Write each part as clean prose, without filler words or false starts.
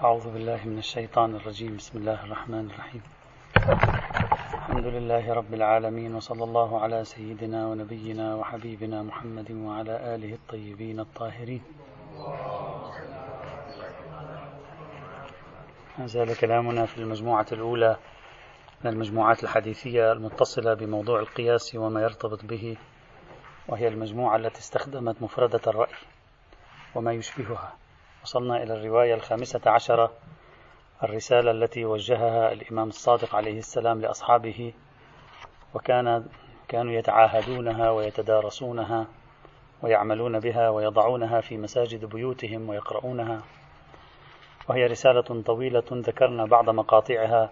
أعوذ بالله من الشيطان الرجيم. بسم الله الرحمن الرحيم. الحمد لله رب العالمين، وصلى الله على سيدنا ونبينا وحبيبنا محمد وعلى آله الطيبين الطاهرين. ما زال كلامنا في المجموعة الأولى من المجموعات الحديثية المتصلة بموضوع القياس وما يرتبط به، وهي المجموعة التي استخدمت مفردة الرأي وما يشبهها. وصلنا إلى الرواية 15، الرسالة التي وجهها الإمام الصادق عليه السلام لأصحابه، كانوا يتعاهدونها ويتدارسونها ويعملون بها ويضعونها في مساجد بيوتهم ويقرؤونها، وهي رسالة طويلة ذكرنا بعض مقاطعها،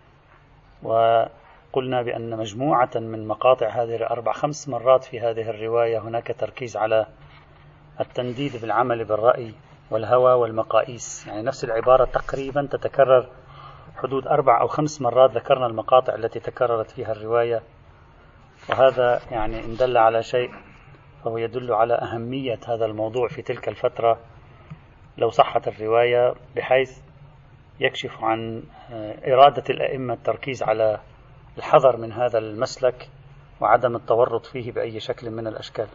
وقلنا بأن مجموعة من مقاطع هذه 4-5 مرات في هذه الرواية هناك تركيز على التنديد بالعمل بالرأي والهوى والمقاييس، يعني نفس العبارة تقريبا تتكرر حدود 4 أو 5 مرات. ذكرنا المقاطع التي تكررت فيها الرواية، وهذا يعني إن دل على شيء فهو يدل على أهمية هذا الموضوع في تلك الفترة لو صحت الرواية، بحيث يكشف عن إرادة الأئمة التركيز على الحذر من هذا المسلك وعدم التورط فيه بأي شكل من الأشكال.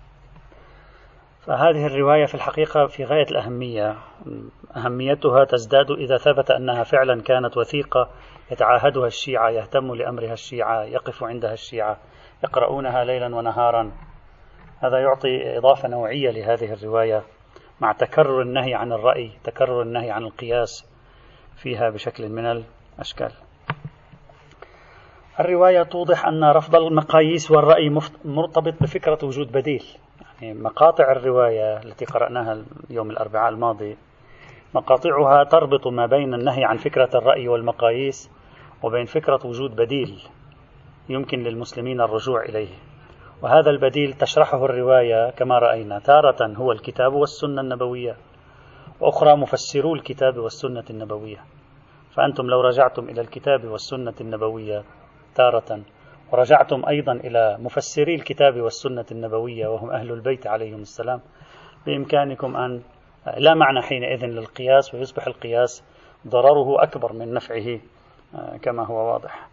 فهذه الرواية في الحقيقة في غاية الأهمية، أهميتها تزداد إذا ثبت أنها فعلا كانت وثيقة يتعاهدها الشيعة، يهتم لأمرها الشيعة، يقف عندها الشيعة، يقرؤونها ليلا ونهارا. هذا يعطي إضافة نوعية لهذه الرواية، مع تكرر النهي عن الرأي، تكرر النهي عن القياس فيها بشكل من الأشكال. الرواية توضح أن رفض المقاييس والرأي مرتبط بفكرة وجود بديل. يعني مقاطع الرواية التي قرأناها يوم الأربعاء الماضي، مقاطعها تربط ما بين النهي عن فكرة الرأي والمقاييس وبين فكرة وجود بديل يمكن للمسلمين الرجوع إليه، وهذا البديل تشرحه الرواية كما رأينا. تارة هو الكتاب والسنة النبوية، وأخرى مفسرو الكتاب والسنة النبوية. فأنتم لو رجعتم إلى الكتاب والسنة النبوية تارة، ورجعتم أيضا إلى مفسري الكتاب والسنة النبوية وهم أهل البيت عليهم السلام، بإمكانكم أن لا معنى حينئذ للقياس، ويصبح القياس ضرره أكبر من نفعه كما هو واضح.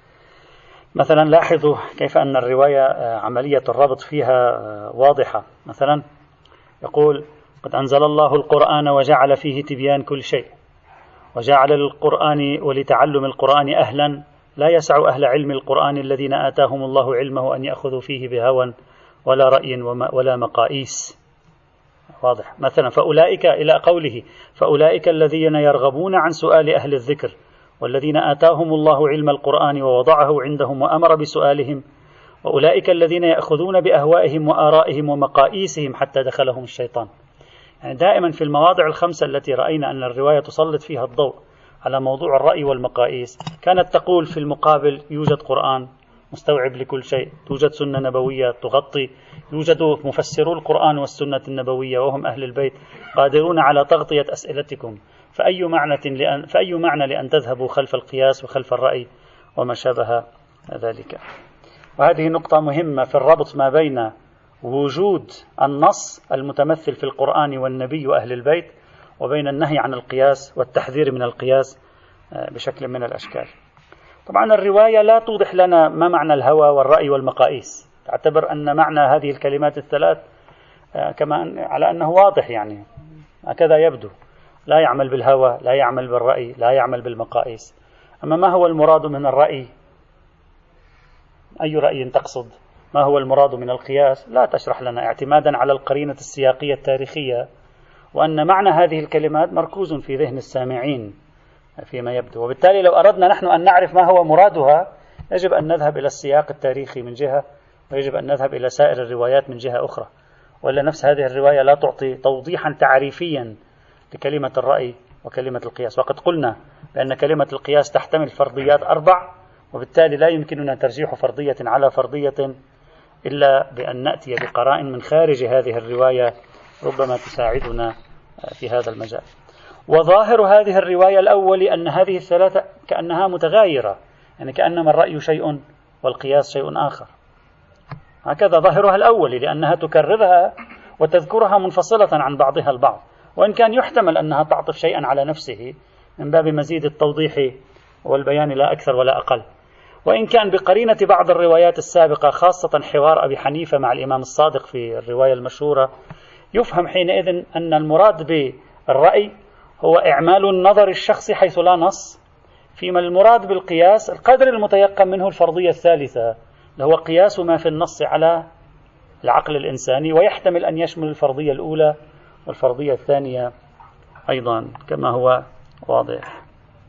مثلا لاحظوا كيف أن الرواية عملية الربط فيها واضحة. مثلا يقول: قد أنزل الله القرآن وجعل فيه تبيان كل شيء، وجعل للقرآن ولتعلم القرآن أهلا لا يسع أهل علم القرآن الذين آتاهم الله علمه أن يأخذوا فيه بهوى ولا رأي ولا مقاييس. واضح. مثلا فأولئك، إلى قوله: فأولئك الذين يرغبون عن سؤال أهل الذكر والذين آتاهم الله علم القرآن ووضعه عندهم وأمر بسؤالهم، وأولئك الذين يأخذون بأهوائهم وآرائهم ومقاييسهم حتى دخلهم الشيطان. يعني دائما في المواضع 5 التي رأينا أن الرواية تسلط فيها الضوء على موضوع الرأي والمقاييس، كانت تقول في المقابل: يوجد قرآن مستوعب لكل شيء، توجد سنة نبوية تغطي، يوجد مفسرو القرآن والسنة النبوية وهم أهل البيت قادرون على تغطية أسئلتكم، فأي معنى لأن تذهبوا خلف القياس وخلف الرأي وما شابه ذلك. وهذه نقطة مهمة في الربط ما بين وجود النص المتمثل في القرآن والنبي وأهل البيت وبين النهي عن القياس والتحذير من القياس بشكل من الأشكال. طبعا الرواية لا توضح لنا ما معنى الهوى والرأي والمقاييس، تعتبر أن معنى هذه الكلمات الثلاث كما على أنه واضح، يعني هكذا يبدو. لا يعمل بالهوى، لا يعمل بالرأي، لا يعمل بالمقاييس. أما ما هو المراد من الرأي؟ أي رأي تقصد؟ ما هو المراد من القياس؟ لا تشرح لنا، اعتمادا على القرينة السياقية التاريخية، وأن معنى هذه الكلمات مركوز في ذهن السامعين فيما يبدو. وبالتالي لو أردنا نحن أن نعرف ما هو مرادها، يجب أن نذهب إلى السياق التاريخي من جهة، ويجب أن نذهب إلى سائر الروايات من جهة أخرى، ولا نفس هذه الرواية لا تعطي توضيحا تعريفيا لكلمة الرأي وكلمة القياس. وقد قلنا بأن كلمة القياس تحتمل فرضيات 4، وبالتالي لا يمكننا ترجيح فرضية على فرضية إلا بأن نأتي بقرائن من خارج هذه الرواية ربما تساعدنا في هذا المجال. وظاهر هذه الرواية الأول أن هذه الثلاثة كأنها متغايرة، يعني كأنما الرأي شيء والقياس شيء آخر. هكذا ظاهرها الأول، لأنها تكررها وتذكرها منفصلة عن بعضها البعض، وإن كان يحتمل أنها تعطف شيئا على نفسه من باب مزيد التوضيح والبيان لا أكثر ولا أقل، وإن كان بقرينة بعض الروايات السابقة خاصة حوار أبي حنيفة مع الإمام الصادق في الرواية المشهورة، يفهم حينئذ أن المراد بالرأي هو إعمال النظر الشخصي حيث لا نص، فيما المراد بالقياس القدر المتيقن منه الفرضية الثالثة، اللي هو قياس ما في النص على العقل الإنساني، ويحتمل أن يشمل الفرضية الأولى والفرضية الثانية أيضا كما هو واضح.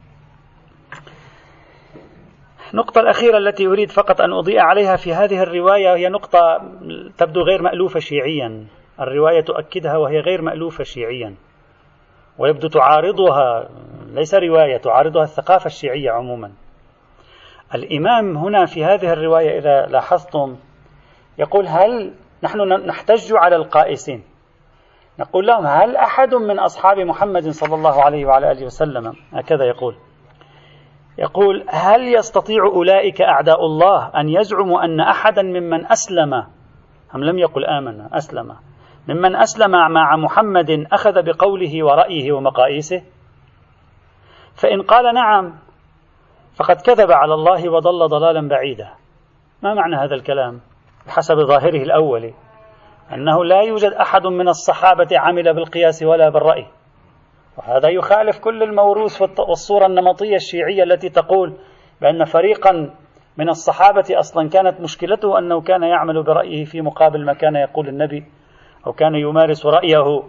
النقطة الأخيرة التي أريد فقط أن أضيء عليها في هذه الرواية هي نقطة تبدو غير مألوفة شيعيا، الرواية تؤكدها وهي غير مألوفة شيعيا، ويبدو تعارضها، ليس رواية، تعارضها الثقافة الشيعية عموما. الإمام هنا في هذه الرواية إذا لاحظتم يقول هل نحن نحتج على القائسين، نقول لهم هل أحد من أصحاب محمد صلى الله عليه وعلى آله وسلم، هكذا يقول هل يستطيع أولئك أعداء الله أن يزعموا أن أحدا ممن أسلم، هم لم يقل آمن، أسلم، ممن أسلم مع محمد أخذ بقوله ورأيه ومقاييسه؟ فإن قال نعم فقد كذب على الله وضل ضلالا بعيدا. ما معنى هذا الكلام؟ بحسب ظاهره الأولي أنه لا يوجد أحد من الصحابة عمل بالقياس ولا بالرأي، وهذا يخالف كل الموروث والصورة النمطية الشيعية التي تقول بأن فريقا من الصحابة أصلا كانت مشكلته أنه كان يعمل برأيه في مقابل ما كان يقول النبي أو كان يمارس رأيه.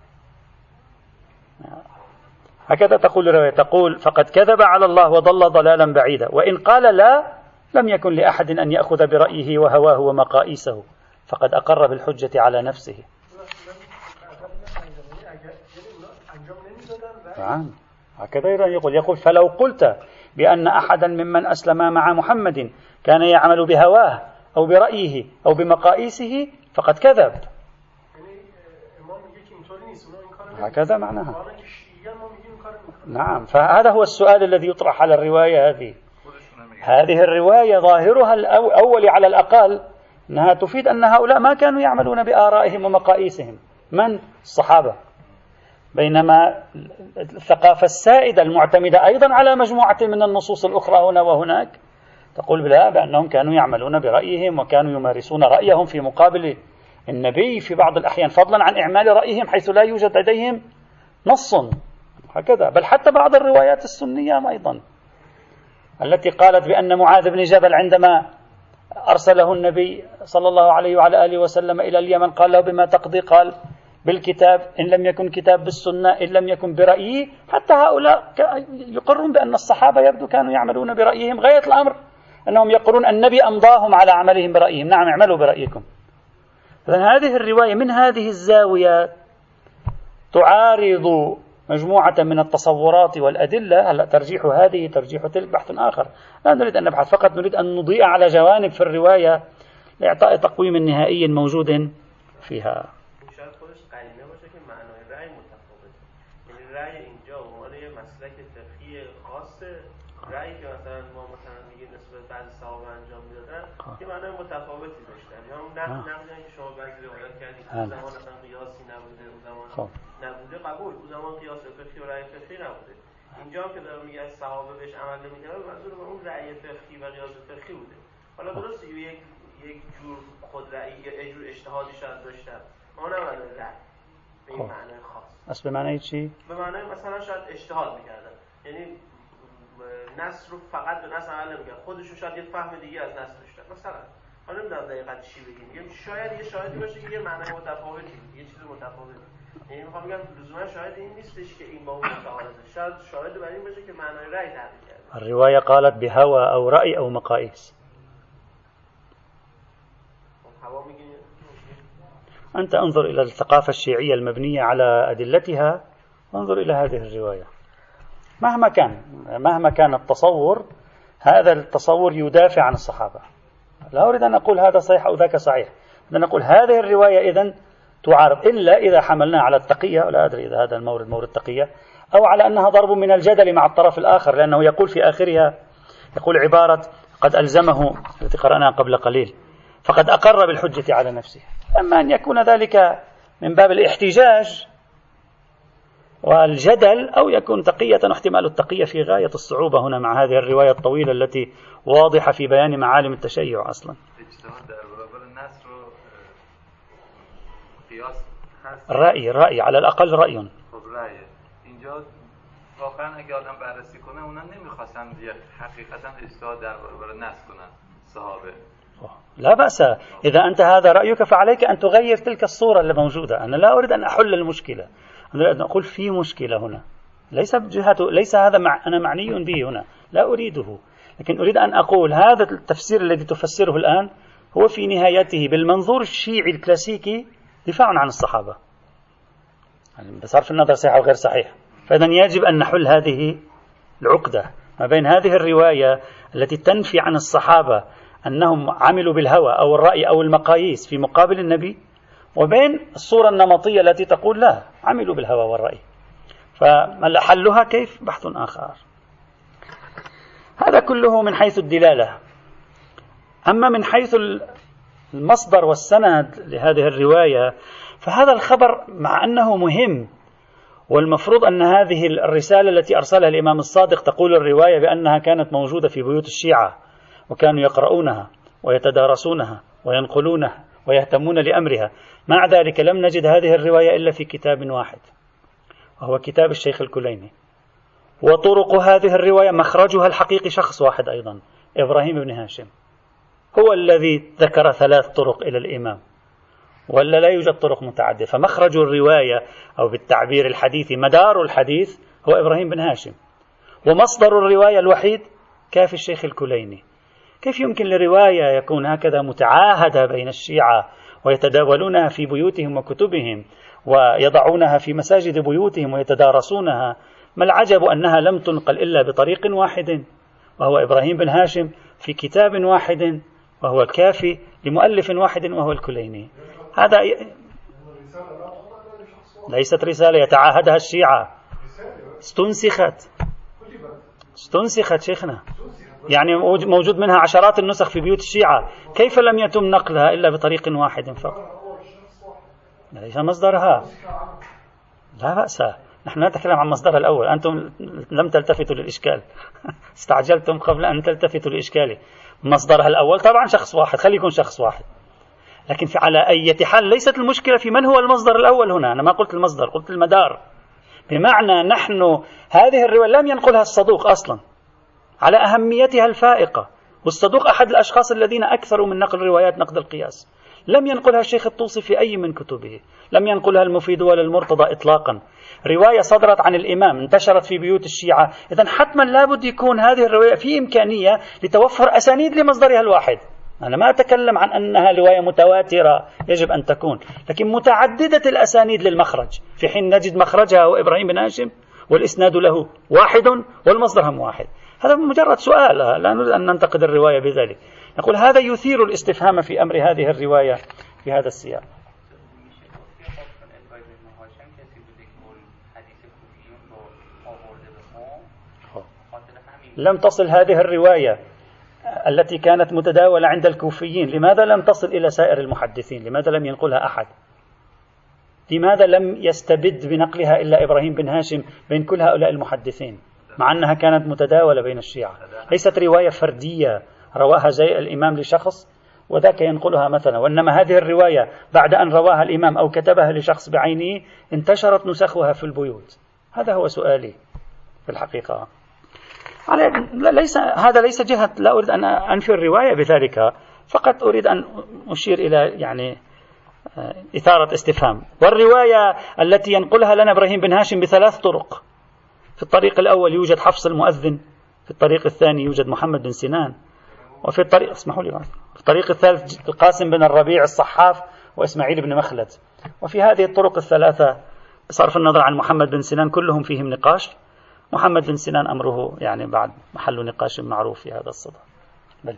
هكذا تقول الرواية، تقول فقد كذب على الله وضل ضلالا بعيدا، وإن قال لا لم يكن لأحد أن يأخذ برأيه وهواه ومقائيسه فقد أقر بالحجة على نفسه. هكذا يقول فلو قلت بأن أحدا ممن أسلم مع محمد كان يعمل بهواه أو برأيه أو بمقائيسه فقد كذب. هكذا معناها. نعم، فهذا هو السؤال الذي يطرح على الرواية هذه الرواية ظاهرها الأول على الأقل أنها تفيد أن هؤلاء ما كانوا يعملون بآرائهم ومقائيسهم، من؟ الصحابة، بينما الثقافة السائدة المعتمدة أيضا على مجموعة من النصوص الأخرى هنا وهناك تقول بلا، بأنهم كانوا يعملون برأيهم وكانوا يمارسون رأيهم في مقابل النبي في بعض الأحيان، فضلا عن إعمال رأيهم حيث لا يوجد لديهم نص. هكذا بل حتى بعض الروايات السنية أيضا التي قالت بأن معاذ بن جبل عندما أرسله النبي صلى الله عليه وعلى آله وسلم إلى اليمن قال له بما تقضي؟ قال بالكتاب، إن لم يكن كتاب بالسنة، إن لم يكن برأيه. حتى هؤلاء يقرون بأن الصحابة يبدو كانوا يعملون برأيهم، غاية الأمر أنهم يقولون النبي أمضاهم على عملهم برأيهم. نعم، اعملوا برأيكم. هذه الرواية من هذه الزاوية تعارض مجموعة من التصورات والأدلة. هلا ترجيح هذه ترجيح تلك بحث آخر، لا نريد أن نبحث، فقط نريد أن نضيء على جوانب في الرواية لإعطاء تقويم نهائي موجود فيها. رأیی که مثلا ما مثلا میگیم نسبت به بعضی صحابه انجام میدادن که معنای متفاوتی داشتن. یا هم نقدی که شما بعضی روایات کردید اون زمان اصلا قیاسی نبوده، اون زمان نبوده، قبول، اون زمان قیاس فقهی و رأی فقهی نبوده. اینجا هم که داره میگه از صحابه بهش عمل نمی‌کردن، منظور اون رأی فقهی و قیاس فقهی بوده. حالا درسته یک جور خود رأی یا یک جور اجتهادی شاید داشتن، اما نه معنای رأی به این معنای خاص. اصل به معنای چی؟ به معنای مثلا شاید اجتهاد می‌کردن، یعنی نص رو فقط به نص عمل نمی‌کنه، خودشون شاید یه فهم دیگه از نص داشتن. مثلا من نمی‌دونم دقیقاً چی بگیم، میگم شاید یه شاهدی باشه که یه معنای متفاوتی، یه چیز متفاوتی. یعنی می‌خوام بگم لزوما شاهد این نیستش که این با اون متعارضه، شاید شاهد بر این باشه که معنای رأی تعبیر کرده. الرواية قالت بهوى أو رأي أو مقاييس. أنت انظر إلى الثقافة الشيعية المبنية على أدلتها وانظر إلى هذه الرواية. مهما كان التصور، هذا التصور يدافع عن الصحابة. لا أريد أن أقول هذا صحيح أو ذاك صحيح، أريد أن أقول هذه الرواية إذن تعارض، إلا إذا حملناها على التقية، ولا أدري إذا هذا المورد مورد التقية، أو على أنها ضرب من الجدل مع الطرف الآخر، لأنه يقول في آخرها يقول عبارة قد ألزمه التي قرأناها قبل قليل فقد أقر بالحجة على نفسه. أما أن يكون ذلك من باب الاحتجاج والجدل، أو يكون تقية، واحتمال التقية في غاية الصعوبة هنا مع هذه الرواية الطويلة التي واضحة في بيان معالم التشيع أصلا. الرأي على الأقل رأي. واقعا اگه آدم بررسی کنه اونا نمیخواستن حقیقتا اجتهاد در برابر نص کنن صحابه. لا بأس، إذا أنت هذا رأيك فعليك أن تغير تلك الصورة اللي موجودة. أنا لا أريد أن أحل المشكلة، أنا أريد أن أقول في مشكلة هنا، ليس هذا أنا معني به هنا، لا أريده، لكن أريد أن أقول هذا التفسير الذي تفسره الآن هو في نهايته بالمنظور الشيعي الكلاسيكي دفاع عن الصحابة، يعني بصرف النظر صحيح أو غير صحيح. فإذا يجب أن نحل هذه العقدة ما بين هذه الرواية التي تنفي عن الصحابة أنهم عملوا بالهوى أو الرأي أو المقاييس في مقابل النبي، وبين الصورة النمطية التي تقول لا، عملوا بالهوى والرأي. فحلها كيف؟ بحث آخر. هذا كله من حيث الدلالة. أما من حيث المصدر والسند لهذه الرواية، فهذا الخبر مع أنه مهم، والمفروض أن هذه الرسالة التي أرسلها الإمام الصادق تقول الرواية بأنها كانت موجودة في بيوت الشيعة وكانوا يقرؤونها ويتدارسونها وينقلونها ويهتمون لأمرها، مع ذلك لم نجد هذه الرواية إلا في كتاب واحد، وهو كتاب الشيخ الكليني. وطرق هذه الرواية مخرجها الحقيقي شخص واحد أيضا، إبراهيم بن هاشم، هو الذي ذكر 3 طرق إلى الإمام، ولا لا يوجد طرق متعددة. فمخرج الرواية أو بالتعبير الحديثي مدار الحديث هو إبراهيم بن هاشم، ومصدر الرواية الوحيد كافي الشيخ الكليني. كيف يمكن لرواية يكون هكذا متعاهدة بين الشيعة ويتداولونها في بيوتهم وكتبهم ويضعونها في مساجد بيوتهم ويتدارسونها، ما العجب أنها لم تنقل إلا بطريق واحد وهو إبراهيم بن هاشم، في كتاب واحد وهو الكافي، لمؤلف واحد وهو الكليني. هذا ليست رسالة يتعاهدها الشيعة، استنسخت شيخنا، يعني موجود منها عشرات النسخ في بيوت الشيعة، كيف لم يتم نقلها إلا بطريق واحد فقط؟ ليس مصدرها. لا بأس، نحن نتكلم عن مصدرها الأول، أنتم لم تلتفتوا للإشكال استعجلتم قبل أن تلتفتوا لإشكاله. مصدرها الأول طبعا شخص واحد، خلي يكون شخص واحد، لكن على أي حال ليست المشكلة في من هو المصدر الأول هنا. أنا ما قلت المصدر، قلت المدار، بمعنى نحن هذه الرواية لم ينقلها الصدوق أصلا على أهميتها الفائقة، والصدوق أحد الأشخاص الذين أكثروا من نقل روايات نقد القياس. لم ينقلها الشيخ الطوسي في أي من كتبه، لم ينقلها المفيد ولا المرتضى إطلاقا. رواية صدرت عن الإمام انتشرت في بيوت الشيعة، إذن حتما لابد يكون هذه الرواية في إمكانية لتوفر أسانيد لمصدرها الواحد. أنا ما أتكلم عن أنها رواية متواترة يجب أن تكون، لكن متعددة الأسانيد للمخرج، في حين نجد مخرجها هو إبراهيم بن هاشم والإسناد له واحد والمصدر هم واحد. هذا مجرد سؤال، لا نريد أن ننتقد الرواية بذلك، نقول هذا يثير الاستفهام في أمر هذه الرواية في هذا السياق. لم تصل هذه الرواية التي كانت متداولة عند الكوفيين، لماذا لم تصل إلى سائر المحدثين؟ لماذا لم ينقلها أحد؟ لماذا لم يستبد بنقلها إلا إبراهيم بن هاشم بين كل هؤلاء المحدثين، مع أنها كانت متداولة بين الشيعة؟ ليست رواية فردية رواها زي الإمام لشخص وذاك ينقلها مثلا، وإنما هذه الرواية بعد أن رواها الإمام أو كتبها لشخص بعينه انتشرت نسخها في البيوت. هذا هو سؤالي في الحقيقة. هذا ليس جهة، لا أريد أن أنفي الرواية بذلك، فقط أريد أن أشير إلى يعني إثارة استفهام. والرواية التي ينقلها لنا إبراهيم بن هاشم ب3 طرق. في الطريق الأول يوجد حفص المؤذن، في الطريق الثاني يوجد محمد بن سنان، وفي الطريق اسمحوا لي في الطريق الثالث القاسم بن الربيع الصحاف وإسماعيل بن مخلد. وفي هذه الطرق ال3 بصرف النظر عن محمد بن سنان كلهم فيهم نقاش. محمد بن سنان أمره يعني بعد محل نقاش معروف في هذا الصدد. بل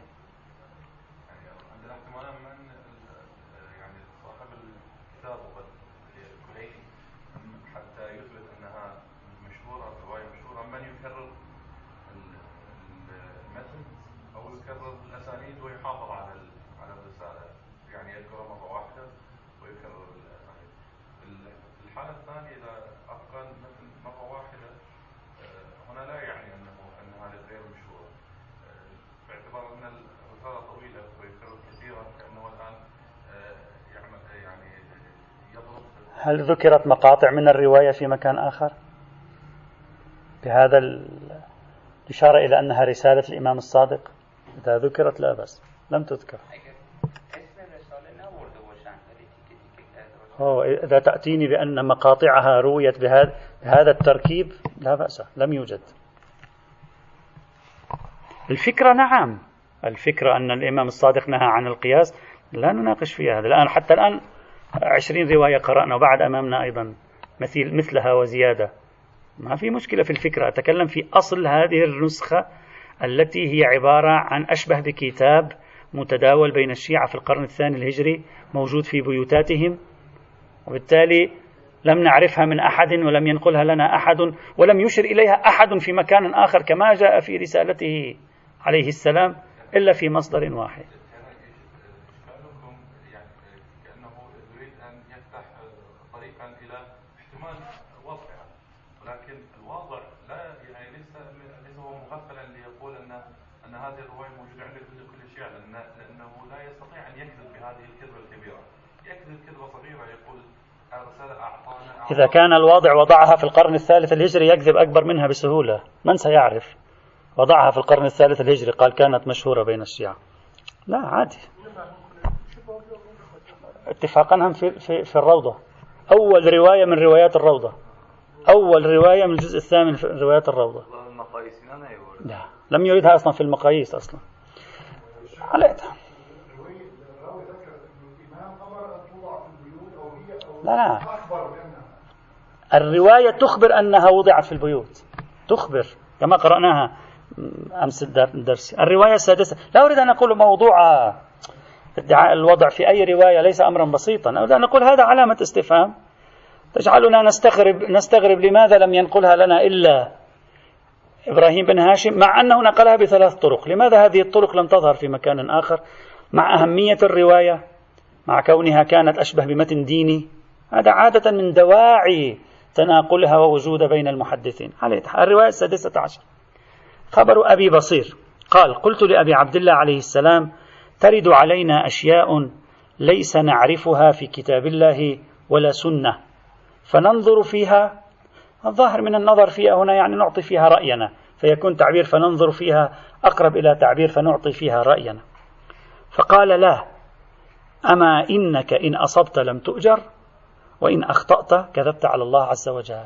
هل ذكرت مقاطع من الرواية في مكان آخر بهذا الإشارة إلى أنها رسالة الإمام الصادق؟ إذا ذكرت لا بأس، لم تذكر. إذا تأتيني بأن مقاطعها رويت بهذا التركيب لا بأس، لم يوجد. الفكرة نعم، الفكرة أن الإمام الصادق نهى عن القياس لا نناقش فيها هذا الآن. حتى الآن 20 رواية قرأنا وبعد أمامنا أيضا مثلها وزيادة، ما في مشكلة في الفكرة. أتكلم في أصل هذه النسخة التي هي عبارة عن أشبه بكتاب متداول بين الشيعة في القرن الثاني الهجري، موجود في بيوتاتهم، وبالتالي لم نعرفها من أحد ولم ينقلها لنا أحد ولم يشر إليها أحد في مكان آخر كما جاء في رسالته عليه السلام إلا في مصدر واحد. إذا كان الواضع وضعها في القرن الثالث الهجري يكذب أكبر منها بسهولة، من سيعرف؟ وضعها في القرن الثالث الهجري، قال كانت مشهورة بين الشيعة. لا عادي، اتفاقا هم في الروضة، أول رواية من روايات الروضة، أول رواية من الجزء الثامن في روايات الروضة. لا، لم يريدها أصلا في المقاييس أصلا. لا، الرواية تخبر أنها وضعت في البيوت، تخبر كما قرأناها أمس الدرس. الرواية السادسة، لا أريد أن أقول موضوع ادعاء الوضع في أي رواية ليس أمرا بسيطا، أريد أن أقول هذا علامة استفهام تجعلنا نستغرب لماذا لم ينقلها لنا إلا إبراهيم بن هاشم، مع أنه نقلها بثلاث طرق. لماذا هذه الطرق لم تظهر في مكان آخر؟ مع أهمية الرواية، مع كونها كانت أشبه بمتن ديني، هذا عادة من دواعي تناقلها ووجود بين المحدثين. الرواية السادسة عشر، خبر أبي بصير قال: قلت لأبي عبد الله عليه السلام: ترد علينا أشياء ليس نعرفها في كتاب الله ولا سنة، فننظر فيها. الظاهر من النظر فيها هنا يعني نعطي فيها رأينا، فيكون تعبير فننظر فيها أقرب إلى تعبير فنعطي فيها رأينا. فقال: لا، أما إنك إن أصبت لم تؤجر، وإن أخطأت كذبت على الله عز وجل.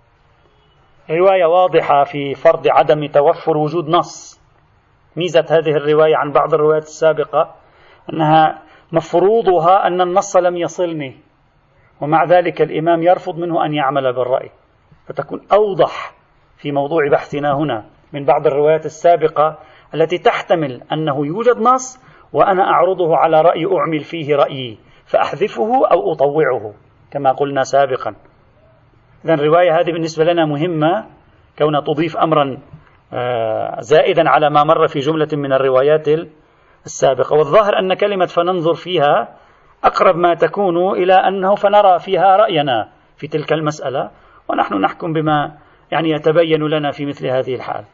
رواية واضحة في فرض عدم توفر وجود نص. ميزة هذه الرواية عن بعض الروايات السابقة أنها مفروضها أن النص لم يصلني، ومع ذلك الإمام يرفض منه أن يعمل بالرأي، فتكون أوضح في موضوع بحثنا هنا من بعض الروايات السابقة التي تحتمل أنه يوجد نص وأنا أعرضه على رأي أعمل فيه رأيي فأحذفه أو أطوعه كما قلنا سابقا. إذن الرواية هذه بالنسبة لنا مهمة، كونها تضيف أمرا زائدا على ما مر في جملة من الروايات السابقة. والظاهر أن كلمة فننظر فيها أقرب ما تكون إلى أنه فنرى فيها رأينا في تلك المسألة، ونحن نحكم بما يعني يتبين لنا في مثل هذه الحال.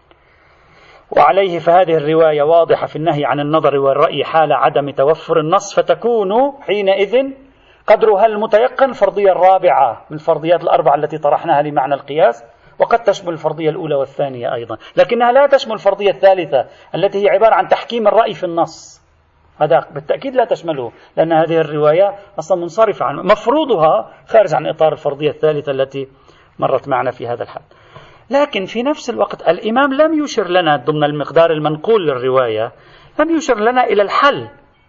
وعليه فهذه الرواية واضحة في النهي عن النظر والرأي حال عدم توفر النص، فتكون حينئذ قدرها المتيقن الفرضية الرابعة من الفرضيات الأربعة التي طرحناها لمعنى القياس، وقد تشمل الفرضية الأولى والثانية أيضا، لكنها لا تشمل الفرضية الثالثة التي هي عبارة عن تحكيم الرأي في النص. هذا بالتأكيد لا تشمله، لأن هذه الرواية أصلا منصرفة عن مفروضها خارج عن إطار الفرضية الثالثة التي مرت معنا في هذا الحال. لكن في نفس الوقت الإمام لم يشر لنا ضمن المقدار المنقول للرواية، لم يشر لنا إلى الحل.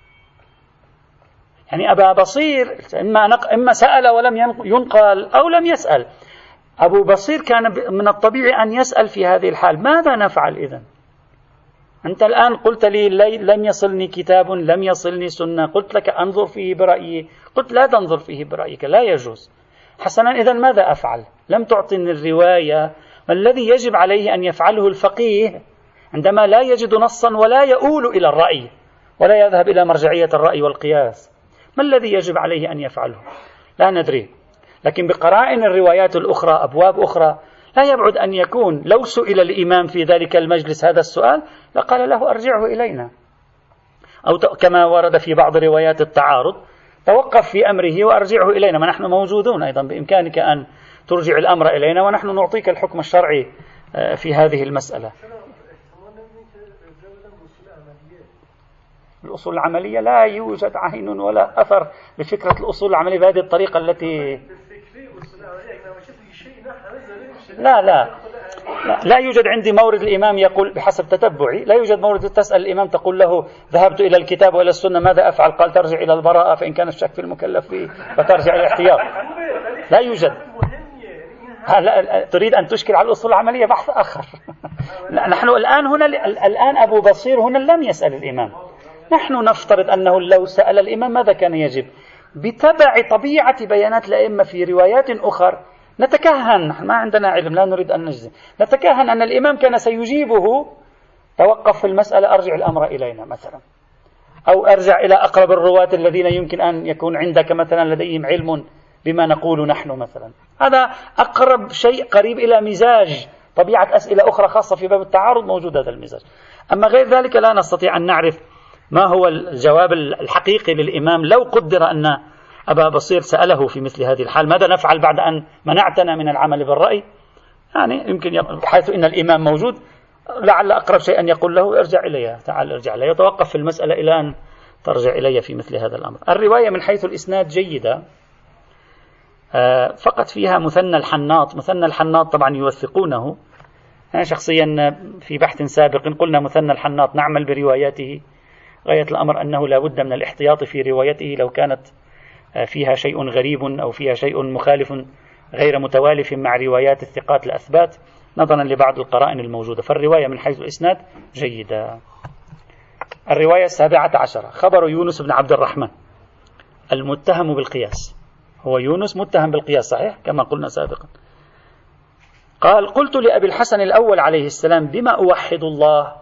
يعني أبا بصير إما سأل ولم ينقل أو لم يسأل. أبو بصير كان من الطبيعي أن يسأل في هذه الحال: ماذا نفعل إذن؟ أنت الآن قلت لي لم يصلني كتاب، لم يصلني سنة، قلت لك أنظر فيه برأيي، قلت لا تنظر فيه برأيك، لا يجوز. حسنا، إذن ماذا أفعل؟ لم تعطني الرواية ما الذي يجب عليه أن يفعله الفقيه عندما لا يجد نصا ولا يؤول إلى الرأي ولا يذهب إلى مرجعية الرأي والقياس. ما الذي يجب عليه أن يفعله؟ لا ندري. لكن بقرائن الروايات الأخرى أبواب أخرى لا يبعد أن يكون لو سئل الإمام في ذلك المجلس هذا السؤال لقال له: أرجعه إلينا. أو كما ورد في بعض روايات التعارض: توقف في أمره وأرجعه إلينا، ما نحن موجودون أيضا، بإمكانك أن ترجع الأمر إلينا ونحن نعطيك الحكم الشرعي في هذه المسألة. الأصول العملية لا يوجد عين ولا أثر لفكرة الأصول العملية بهذه الطريقة التي لا يوجد عندي مورد الإمام يقول بحسب تتبعي، لا يوجد مورد تسأل الإمام تقول له ذهبت إلى الكتاب وإلى السنة ماذا أفعل؟ قال ترجع إلى البراءة فإن كان الشك في المكلف فيه فترجع إلى الاحتياط. لا يوجد. تريد أن تشكل على الأصول العملية بحث آخر. نحن الآن أبو بصير هنا لم يسأل الإمام، نحن نفترض أنه لو سأل الإمام ماذا كان يجب؟ بتبع طبيعة بيانات الأئمة في روايات أخرى نتكهن، نحن ما عندنا علم لا نريد أن نجزم، نتكهن أن الإمام كان سيجيبه توقف في المسألة أرجع الأمر إلينا مثلا، أو أرجع إلى أقرب الرواة الذين يمكن أن يكون عندك مثلا لديهم علم بما نقول نحن مثلا. هذا أقرب شيء قريب إلى مزاج طبيعة أسئلة أخرى خاصة في باب التعارض موجود هذا المزاج. أما غير ذلك لا نستطيع أن نعرف ما هو الجواب الحقيقي للإمام لو قدر أن أبا بصير سأله في مثل هذه الحال ماذا نفعل بعد أن منعتنا من العمل بالرأي. يعني يمكن بحيث إن الإمام موجود لعل أقرب شيء أن يقول له ارجع إلي، تعال ارجع إلي، يتوقف في المسألة إلى أن ترجع إلي في مثل هذا الأمر. الرواية من حيث الإسناد جيدة، فقط فيها مثنى الحناط. مثنى الحناط طبعا يوثقونه، أنا شخصيا في بحث سابق قلنا مثنى الحناط نعمل برواياته، غاية الأمر أنه لا بد من الاحتياط في روايته لو كانت فيها شيء غريب أو فيها شيء مخالف غير متوالف مع روايات الثقات الأثبات نظرا لبعض القرائن الموجودة. فالرواية من حيث الإسناد جيدة. الرواية 17 خبر يونس بن عبد الرحمن المتهم بالقياس. هو يونس متهم بالقياس صحيح كما قلنا سابقا. قال قلت لأبي الحسن الأول عليه السلام بما أوحد الله؟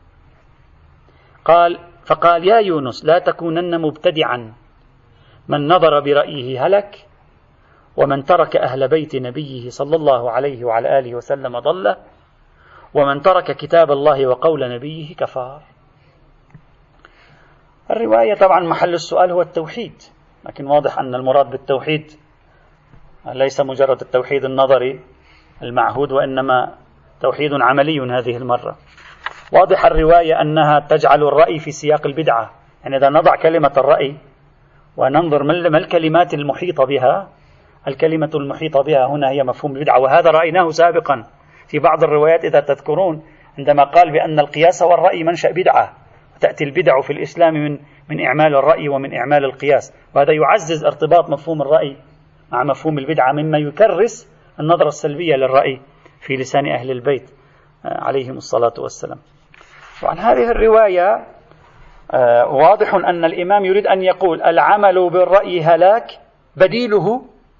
فقال يا يونس لا تكونن مبتدعا، من نظر برأيه هلك، ومن ترك أهل بيت نبيه صلى الله عليه وعلى آله وسلم ضل، ومن ترك كتاب الله وقول نبيه كفار. الرواية طبعا محل السؤال هو التوحيد، لكن واضح أن المراد بالتوحيد ليس مجرد التوحيد النظري المعهود، وإنما توحيد عملي هذه المرة. واضح الرواية أنها تجعل الرأي في سياق البدعة، يعني إذا نضع كلمة الرأي وننظر ما الكلمات المحيطة بها، الكلمة المحيطة بها هنا هي مفهوم البدعة، وهذا رأيناه سابقا في بعض الروايات إذا تذكرون عندما قال بأن القياس والرأي منشأ بدعة، وتأتي البدع في الإسلام من إعمال الرأي ومن إعمال القياس، وهذا يعزز ارتباط مفهوم الرأي مع مفهوم البدعة، مما يكرس النظرة السلبية للرأي في لسان أهل البيت عليهم الصلاة والسلام. وعن هذه الرواية واضح أن الإمام يريد أن يقول العمل بالرأي هلاك، بديله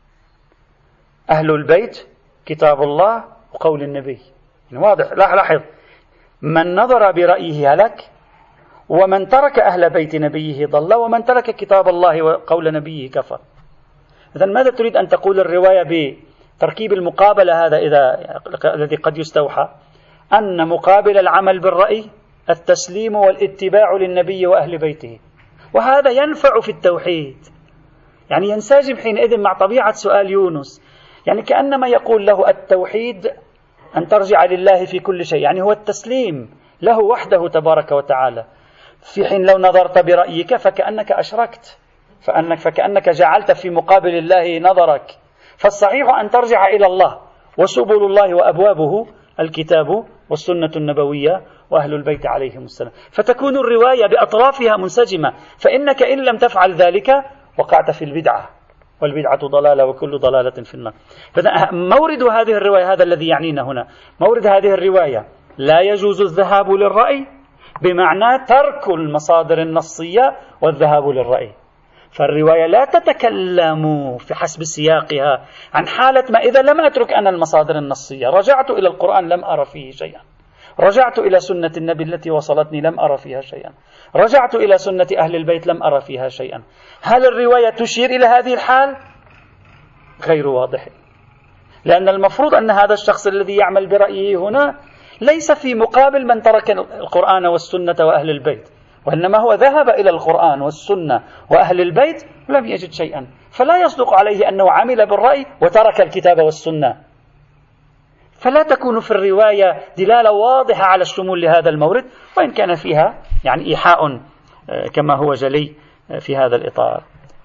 أهل البيت كتاب الله وقول النبي. واضح، لاحظ، من نظر برأيه هلك، ومن ترك أهل بيت نبيه ضل، ومن ترك كتاب الله وقول نبيه كفر. إذن ماذا تريد أن تقول الرواية بتركيب المقابلة هذا الذي قد يستوحى أن مقابل العمل بالرأي التسليم والاتباع للنبي وأهل بيته، وهذا ينفع في التوحيد، يعني ينسجم حينئذ مع طبيعة سؤال يونس، يعني كأنما يقول له التوحيد أن ترجع لله في كل شيء، يعني هو التسليم له وحده تبارك وتعالى، في حين لو نظرت برأيك فكأنك أشركت، فكأنك جعلت في مقابل الله نظرك. فالصحيح أن ترجع إلى الله، وسبل الله وأبوابه الكتاب والسنة النبوية وأهل البيت عليهم السلام، فتكون الرواية بأطرافها منسجمة. فإنك إن لم تفعل ذلك وقعت في البدعة، والبدعة ضلالة وكل ضلالة في النار. مورد هذه الرواية هذا الذي يعنينا هنا، مورد هذه الرواية لا يجوز الذهاب للرأي بمعنى ترك المصادر النصية والذهاب للرأي. فالرواية لا تتكلم في حسب سياقها عن حالة ما إذا لم أترك أنا المصادر النصية، رجعت إلى القرآن لم أرى فيه شيئا، رجعت إلى سنة النبي التي وصلتني لم أرى فيها شيئا، رجعت إلى سنة أهل البيت لم أرى فيها شيئا. هل الرواية تشير إلى هذه الحال؟ غير واضح، لأن المفروض أن هذا الشخص الذي يعمل برأيه هنا ليس في مقابل من ترك القرآن والسنة وأهل البيت، وإنما هو ذهب إلى القرآن والسنة وأهل البيت لم يجد شيئا، فلا يصدق عليه أنه عمل بالرأي وترك الكتاب والسنة. فلا تكون في الرواية دلالة واضحة على الشمول لهذا المورد، وإن كان فيها يعني إيحاء كما هو جلي في هذا الإطار.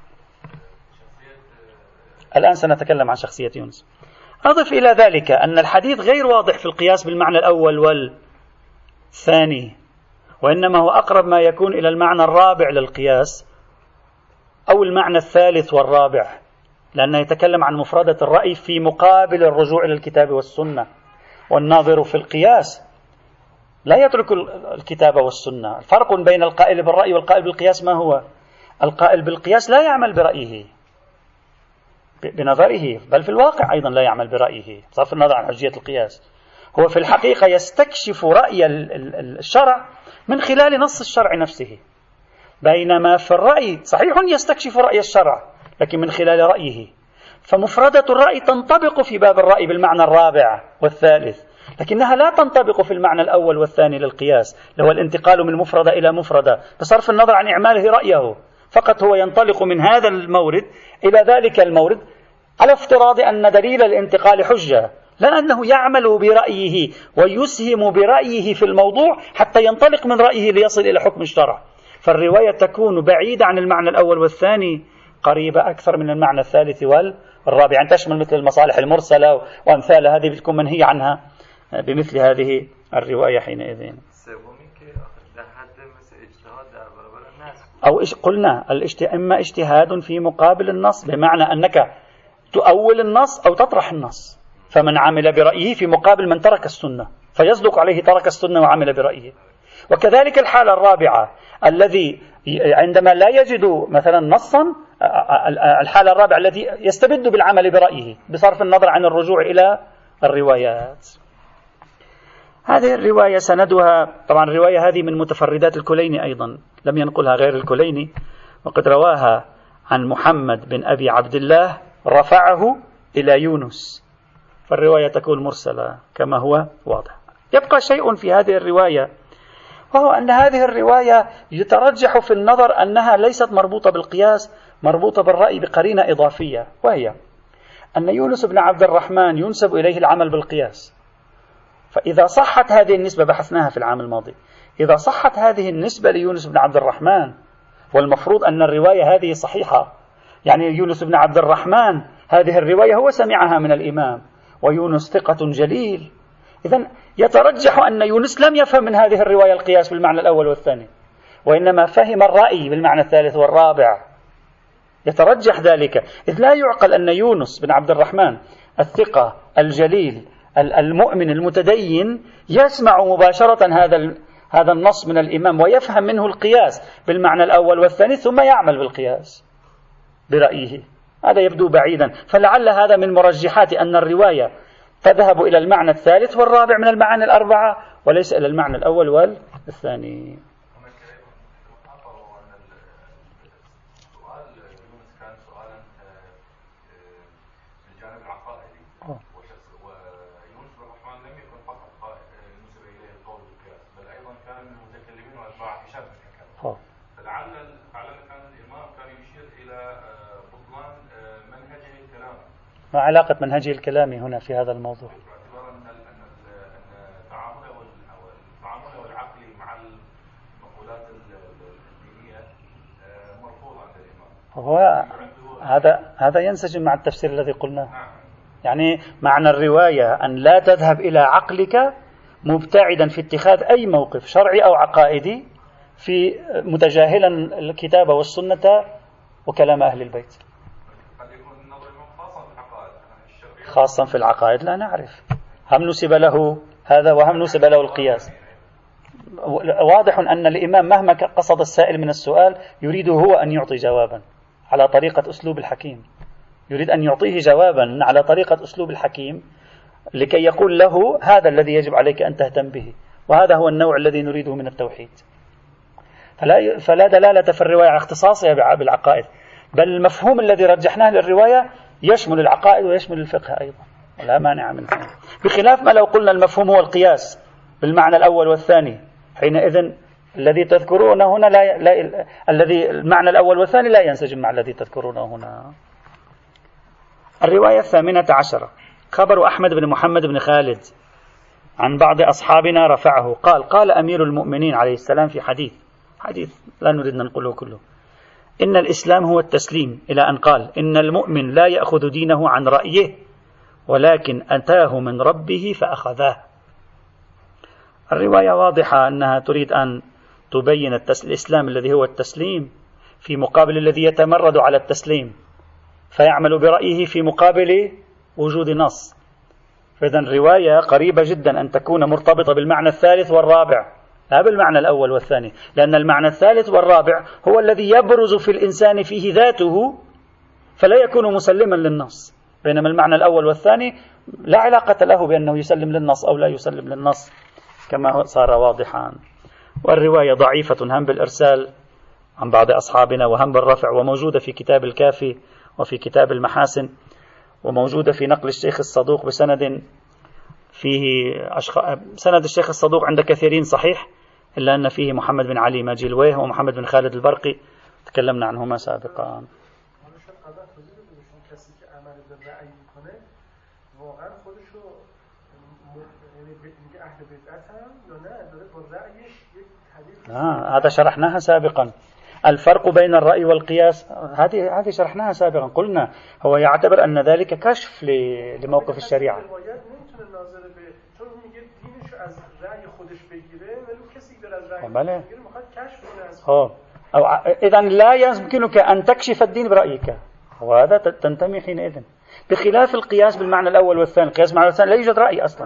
الآن سنتكلم عن شخصية يونس. أضف إلى ذلك أن الحديث غير واضح في القياس بالمعنى الأول والثاني، وإنما هو أقرب ما يكون إلى المعنى الرابع للقياس أو المعنى الثالث والرابع، لأنه يتكلم عن مفردة الرأي في مقابل الرجوع إلى الكتاب والسنة. والناظر في القياس لا يترك الكتاب والسنة. الفرق بين القائل بالرأي والقائل بالقياس ما هو؟ القائل بالقياس لا يعمل برأيه بنظره، بل في الواقع أيضا لا يعمل برأيه بصرف النظر عن حجية القياس. هو في الحقيقة يستكشف رأي الشرع من خلال نص الشرع نفسه، بينما في الرأي صحيح يستكشف رأي الشرع لكن من خلال رأيه. فمفردة الرأي تنطبق في باب الرأي بالمعنى الرابع والثالث، لكنها لا تنطبق في المعنى الأول والثاني للقياس، اللي هو الانتقال من مفردة إلى مفردة بصرف النظر عن إعماله رأيه. فقط هو ينطلق من هذا المورد إلى ذلك المورد على افتراض أن دليل الانتقال حجة، لا أنه يعمل برأيه ويسهم برأيه في الموضوع حتى ينطلق من رأيه ليصل إلى حكم الشرع. فالرواية تكون بعيدة عن المعنى الأول والثاني، قريبة أكثر من المعنى الثالث والرابع، يعني تشمل مثل المصالح المرسلة وأمثال هذه بتكون منهي عنها بمثل هذه الرواية حينئذ. أو قلنا إما اجتهاد في مقابل النص، بمعنى أنك تؤول النص أو تطرح النص، فمن عمل برأيه في مقابل من ترك السنة فيصدق عليه ترك السنة وعمل برأيه. وكذلك الحالة الرابعة الذي عندما لا يجد مثلا نصا، الحالة الرابعة التي يستبد بالعمل برأيه بصرف النظر عن الرجوع إلى الروايات. هذه الرواية سندها طبعا الرواية هذه من متفردات الكليني أيضا، لم ينقلها غير الكليني، وقد رواها عن محمد بن أبي عبد الله رفعه إلى يونس، فالرواية تكون مرسلة كما هو واضح. يبقى شيء في هذه الرواية، وهو أن هذه الرواية يترجح في النظر أنها ليست مربوطة بالقياس، مربوطة بالرأي بقرينة إضافية، وهي أن يونس بن عبد الرحمن ينسب إليه العمل بالقياس. فإذا صحت هذه النسبة، بحثناها في العام الماضي، إذا صحت هذه النسبة ليونس بن عبد الرحمن، والمفروض أن الرواية هذه صحيحة، يعني يونس بن عبد الرحمن هذه الرواية هو سمعها من الإمام، ويونس ثقة جليل، إذن يترجح أن يونس لم يفهم من هذه الرواية القياس بالمعنى الأول والثاني، وإنما فهم الرأي بالمعنى الثالث والرابع. يترجح ذلك، إذ لا يعقل أن يونس بن عبد الرحمن الثقة الجليل المؤمن المتدين يسمع مباشرة هذا النص من الإمام ويفهم منه القياس بالمعنى الأول والثاني ثم يعمل بالقياس برأيه. هذا يبدو بعيدا، فلعل هذا من مرجحات أن الرواية تذهب إلى المعنى الثالث والرابع من المعاني الأربعة وليس إلى المعنى الأول والثاني. ما علاقة منهجه الكلامي هنا في هذا الموضوع؟ باعتبار أن التعامل والعقل مع المقولات الدينية مرفوض عند الإمام. هذا ينسجم مع التفسير الذي قلناه. يعني معنى الرواية أن لا تذهب إلى عقلك مبتعدا في اتخاذ أي موقف شرعي أو عقائدي في متجاهلا الكتاب والسنة وكلام أهل البيت. خاصا في العقائد لا نعرف، هم نسب له هذا وهم نسب له القياس. واضح أن الإمام مهما قصد السائل من السؤال يريد هو أن يعطي جوابا على طريقة أسلوب الحكيم، يريد أن يعطيه جوابا على طريقة أسلوب الحكيم لكي يقول له هذا الذي يجب عليك أن تهتم به، وهذا هو النوع الذي نريده من التوحيد. فلا دلالة في الرواية على اختصاصها بالعقائد، بل المفهوم الذي رجحناه للرواية يشمل العقائد ويشمل الفقه أيضا، ولا مانع منه، بخلاف ما لو قلنا المفهوم هو القياس بالمعنى الأول والثاني، حينئذ الذي تذكرونه هنا الذي المعنى الأول والثاني لا ينسجم مع الذي تذكرونه هنا. الرواية 18 خبر أحمد بن محمد بن خالد عن بعض أصحابنا رفعه قال أمير المؤمنين عليه السلام في حديث لا نريد أن نقوله كله: إن الإسلام هو التسليم، إلى أن قال: إن المؤمن لا يأخذ دينه عن رأيه ولكن أتاه من ربه فأخذاه. الرواية واضحة أنها تريد أن تبين الإسلام الذي هو التسليم في مقابل الذي يتمرد على التسليم فيعمل برأيه في مقابل وجود نص. فإذا الرواية قريبة جدا أن تكون مرتبطة بالمعنى الثالث والرابع لا بالمعنى الأول والثاني، لأن المعنى الثالث والرابع هو الذي يبرز في الإنسان فيه ذاته فلا يكون مسلما للنص، بينما المعنى الأول والثاني لا علاقة له بأنه يسلم للنص أو لا يسلم للنص كما صار واضحا. والرواية ضعيفة هم بالإرسال عن بعض أصحابنا وهم بالرفع، وموجودة في كتاب الكافي وفي كتاب المحاسن، وموجودة في نقل الشيخ الصدوق بسند فيه سند الشيخ الصدوق عند كثيرين صحيح، إلا أن فيه محمد بن علي ماجلويه ومحمد بن خالد البرقي تكلمنا عنهما سابقا. هذا شرحناها سابقا، الفرق بين الرأي والقياس هذه شرحناها سابقا. قلنا هو يعتبر أن ذلك كشف لموقف الشريعة. إذن لا يمكنك أن تكشف الدين برأيك، وهذا تنتمي حينئذ، بخلاف القياس بالمعنى الأول والثاني. القياس بالمعنى الثاني لا يوجد رأي أصلا.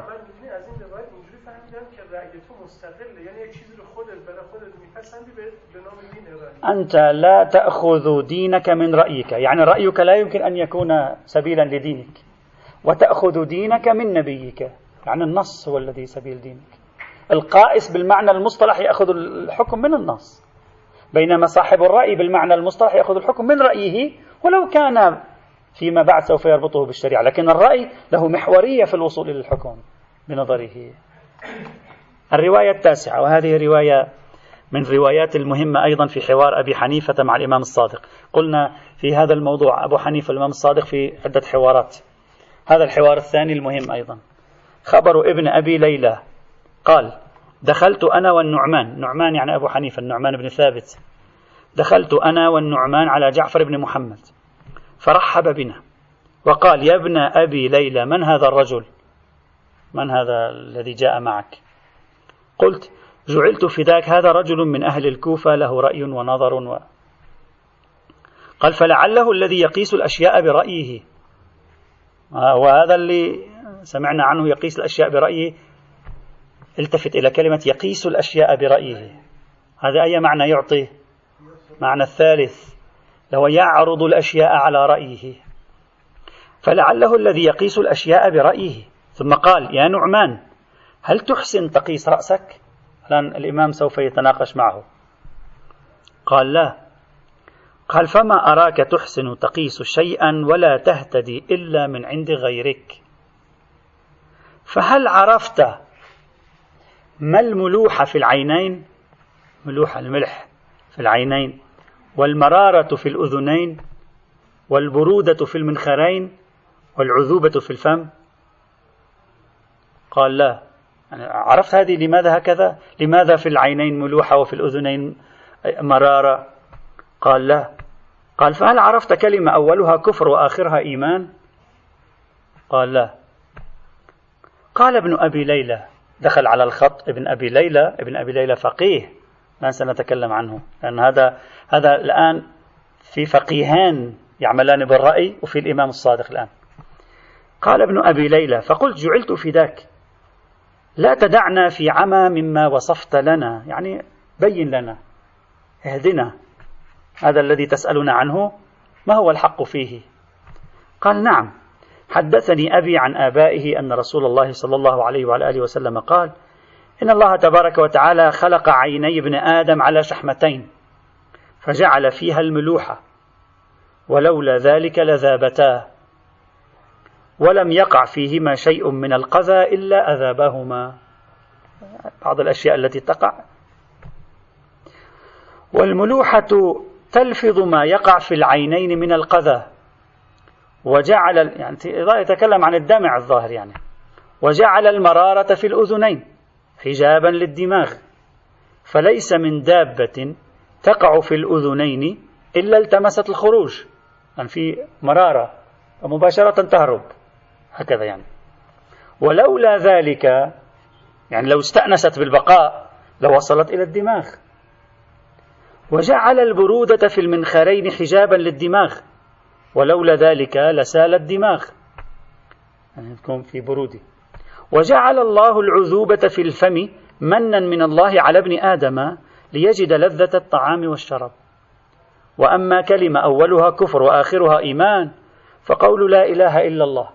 أنت لا تأخذ دينك من رأيك، يعني رأيك لا يمكن أن يكون سبيلا لدينك، وتأخذ دينك من نبيك، يعني النص هو الذي سبيل دينك. القائس بالمعنى المصطلح يأخذ الحكم من النص، بينما صاحب الرأي بالمعنى المصطلح يأخذ الحكم من رأيه ولو كان فيما بعد سوف يربطه بالشريعة، لكن الرأي له محورية في الوصول إلى الحكم بنظره. الرواية 9، وهذه رواية من روايات المهمة أيضا في حوار أبي حنيفة مع الإمام الصادق. قلنا في هذا الموضوع أبو حنيفة والإمام الصادق في عدة حوارات، هذا الحوار الثاني المهم أيضا. خبر ابن أبي ليلى قال: دخلت أنا والنعمان، نعمان يعني أبو حنيفة، النعمان بن ثابت، دخلت أنا والنعمان على جعفر بن محمد فرحب بنا وقال: يا ابن أبي ليلى، من هذا الرجل؟ من هذا الذي جاء معك؟ قلت: جعلت فداك، هذا رجل من أهل الكوفة له رأي ونظر قال: فلعله الذي يقيس الأشياء برأيه، وهذا اللي سمعنا عنه يقيس الأشياء برأيه. التفت إلى كلمة يقيس الأشياء برأيه، هذا أي معنى يعطي؟ معنى الثالث، هو يعرض الأشياء على رأيه، فلعله الذي يقيس الأشياء برأيه. ثم قال: يا نعمان، هل تحسن تقيس رأسك؟ الآن الإمام سوف يتناقش معه. قال: لا. قال: فما أراك تحسن تقيس شيئا ولا تهتدي إلا من عند غيرك، فهل عرفت ما الملوحة في العينين؟ ملوحة الملح في العينين، والمرارة في الأذنين، والبرودة في المنخرين، والعذوبة في الفم. قال: لا. عرفت هذه لماذا هكذا؟ لماذا في العينين ملوحة وفي الأذنين مرارة؟ قال: لا. قال: فهل عرفت كلمة أولها كفر وآخرها إيمان؟ قال: لا. قال ابن أبي ليلى، دخل على الخط ابن أبي ليلى. ابن أبي ليلى فقيه، الآن سنتكلم عنه، لأن هذا الآن في فقيهان يعملان بالرأي وفي الإمام الصادق الآن. قال ابن أبي ليلى: فقلت: جعلت فداك، لا تدعنا في عمى مما وصفت لنا، يعني بين لنا، اهدنا، هذا الذي تسألنا عنه ما هو الحق فيه؟ قال: نعم، حدثني أبي عن آبائه أن رسول الله صلى الله عليه وعلى آله وسلم قال: إن الله تبارك وتعالى خلق عيني ابن آدم على شحمتين فجعل فيها الملوحة، ولولا ذلك لذابتا، ولم يقع فيهما شيء من القذى إلا أذابهما. بعض الأشياء التي تقع والملوحة تلفظ ما يقع في العينين من القذى، وجعل يعني يتكلم عن الدمع الظاهر يعني، وجعل المرارة في الأذنين حجابا للدماغ، فليس من دابة تقع في الأذنين إلا التمست الخروج، يعني في مرارة ومباشرة تهرب هكذا يعني. ولولا ذلك يعني لو استأنست بالبقاء لوصلت إلى الدماغ. وجعل البرودة في المنخرين حجابا للدماغ، ولولا ذلك لسال الدماغ، يعني تكون في برودة. وجعل الله العذوبة في الفم منا من الله على ابن آدم ليجد لذة الطعام والشراب. وأما كلمة أولها كفر وآخرها إيمان فقول لا إله إلا الله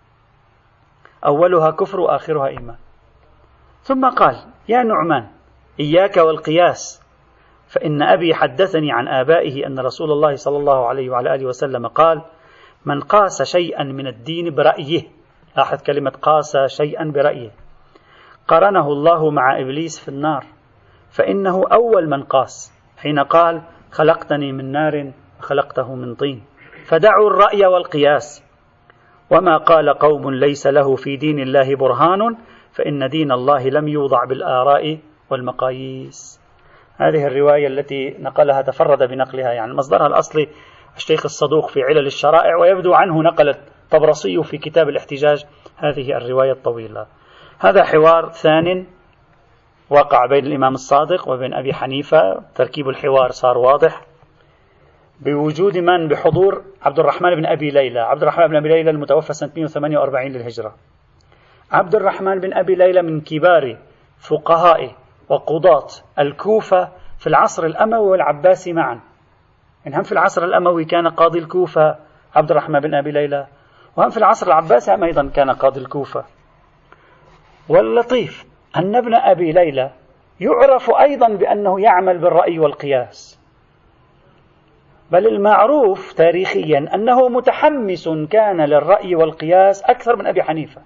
أولها كفر وآخرها إيمان. ثم قال: يا نعمان إياك والقياس، فإن أبي حدثني عن آبائه أن رسول الله صلى الله عليه وعلى آله وسلم قال: من قاس شيئا من الدين برأيه، لاحظ كلمة قاس شيئا برأيه، قرنه الله مع إبليس في النار، فإنه أول من قاس حين قال: خلقتني من نار وخلقته من طين. فدعوا الرأي والقياس، وما قال قوم ليس له في دين الله برهان فإن دين الله لم يوضع بالآراء والمقاييس. هذه الرواية التي نقلها تفرد بنقلها، يعني مصدرها الأصلي الشيخ الصدوق في علل الشرائع، ويبدو عنه نقل الطبرسي في كتاب الاحتجاج هذه الرواية الطويلة. هذا حوار ثان وقع بين الإمام الصادق وبين أبي حنيفة. تركيب الحوار صار واضح بوجود من؟ بحضور عبد الرحمن بن أبي ليلى. عبد الرحمن بن أبي ليلى المتوفى سنة 148 للهجرة. عبد الرحمن بن أبي ليلى من كبار فقهاء وقضاة الكوفة في العصر الأموي والعباسي معا. هم في العصر الأموي كان قاضي الكوفة عبد الرحمن بن أبي ليلى، وهم في العصر العباسي أيضا كان قاضي الكوفة. واللطيف أن ابن أبي ليلى يعرف أيضا بأنه يعمل بالرأي والقياس، بل المعروف تاريخيا أنه متحمس كان للرأي والقياس أكثر من أبي حنيفة،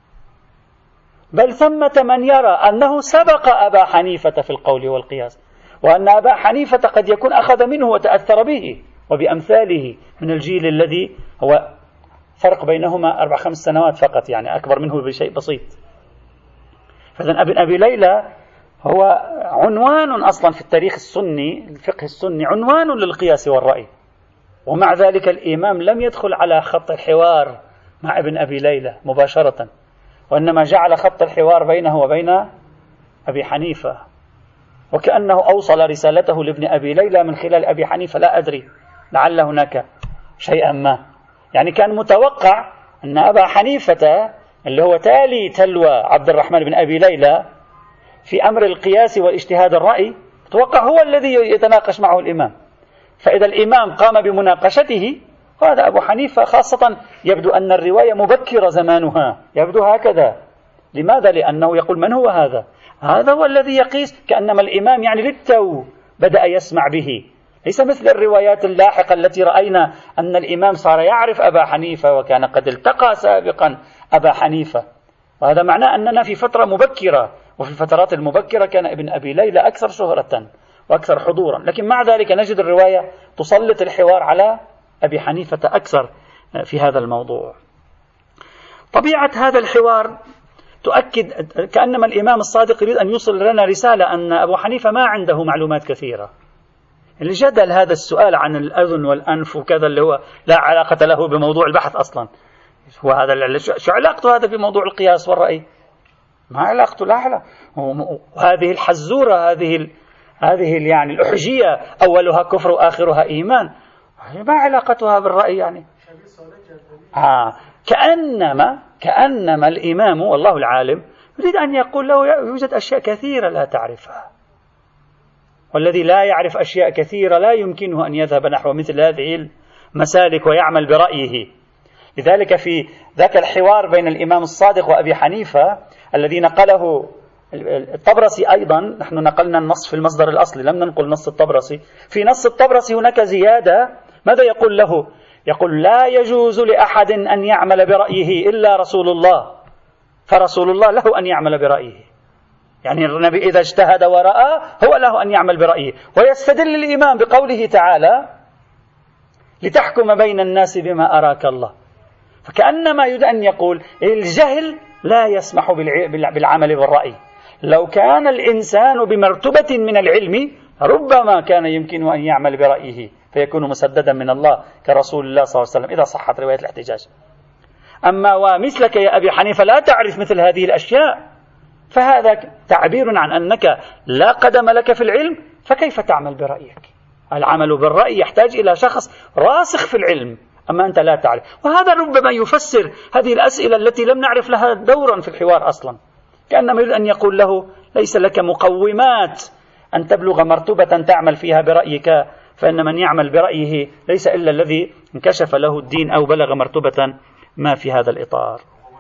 بل ثمة من يرى أنه سبق أبا حنيفة في القول والقياس، وأن أبا حنيفة قد يكون أخذ منه وتأثر به وبأمثاله من الجيل الذي هو فرق بينهما 4-5 سنوات فقط، يعني أكبر منه بشيء بسيط. فإذن ابن أبي ليلى هو عنوان أصلا في التاريخ السني، الفقه السني، عنوان للقياس والرأي، ومع ذلك الإمام لم يدخل على خط الحوار مع ابن أبي ليلى مباشرة، وإنما جعل خط الحوار بينه وبين أبي حنيفة، وكأنه أوصل رسالته لابن أبي ليلى من خلال أبي حنيفة. لا أدري، لعل هناك شيئا ما، يعني كان متوقع أن أبا حنيفة اللي هو تالي تلوى عبد الرحمن بن أبي ليلى في أمر القياس والاجتهاد الرأي، توقع هو الذي يتناقش معه الإمام. فإذا الإمام قام بمناقشته، وهذا أبو حنيفة خاصة يبدو أن الرواية مبكرة زمانها، يبدو هكذا. لماذا؟ لأنه يقول من هو هذا؟ هذا هو الذي يقيس، كأنما الإمام يعني للتو بدأ يسمع به، ليس مثل الروايات اللاحقة التي رأينا أن الإمام صار يعرف أبا حنيفة وكان قد التقى سابقا أبا حنيفة. وهذا معناه أننا في فترة مبكرة، وفي الفترات المبكرة كان ابن أبي ليلى أكثر شهرة وأكثر حضورا، لكن مع ذلك نجد الرواية تسلط الحوار على أبي حنيفة أكثر في هذا الموضوع. طبيعة هذا الحوار تؤكد كأنما الإمام الصادق يريد أن يوصل لنا رسالة أن أبو حنيفة ما عنده معلومات كثيرة. الجدل هذا السؤال عن الأذن والأنف وكذا اللي هو لا علاقة له بموضوع البحث أصلا، هو هذا شو علاقته هذا بموضوع القياس والرأي؟ ما علاقته، لا علاقة. وهذه الحزورة، هذه يعني الأحجية، أولها كفر وآخرها إيمان، ما علاقتها بالرأي يعني؟ كأنما الإمام والله العالم يريد أن يقول له يوجد أشياء كثيرة لا تعرفها، والذي لا يعرف أشياء كثيرة لا يمكنه أن يذهب نحو مثل هذه المسالك ويعمل برأيه. لذلك في ذاك الحوار بين الإمام الصادق وأبي حنيفة الذي نقله الطبرسي، أيضا نحن نقلنا النص في المصدر الأصلي، لم ننقل نص الطبرسي. في نص الطبرسي هناك زيادة. ماذا يقول له؟ يقول لا يجوز لأحد أن يعمل برأيه إلا رسول الله، فرسول الله له أن يعمل برأيه. يعني النبي إذا اجتهد ورأى هو له أن يعمل برأيه. ويستدل الإمام بقوله تعالى لتحكم بين الناس بما أراك الله، فكأنما يريد أن يقول الجهل لا يسمح بالعمل بالرأي. لو كان الإنسان بمرتبة من العلم ربما كان يمكن أن يعمل برأيه فيكون مسددا من الله كرسول الله صلى الله عليه وسلم إذا صحت رواية الاحتجاج. أما ومثلك يا أبي حنيفة لا تعرف مثل هذه الأشياء، فهذا تعبير عن أنك لا قدم لك في العلم، فكيف تعمل برأيك؟ العمل بالرأي يحتاج إلى شخص راسخ في العلم، أما أنت لا تعرف. وهذا ربما يفسر هذه الأسئلة التي لم نعرف لها دورا في الحوار أصلا، كأنما يريد أن يقول له ليس لك مقومات أن تبلغ مرتبة تعمل فيها برأيك، فإن من يعمل برأيه ليس إلا الذي انكشف له الدين أو بلغ مرتبة ما في هذا الإطار.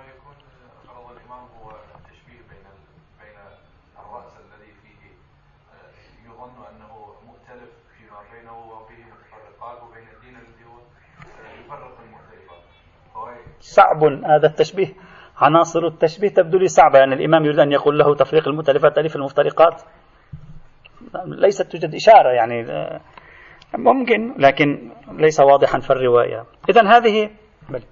صعب هذا التشبيه، عناصر التشبيه تبدو لي صعبة. يعني الإمام يريد أن يقول له تفريق المؤتلفات تأليف المفترقات، ليست توجد إشارة، يعني ممكن لكن ليس واضحا في الرواية. إذن هذه بل.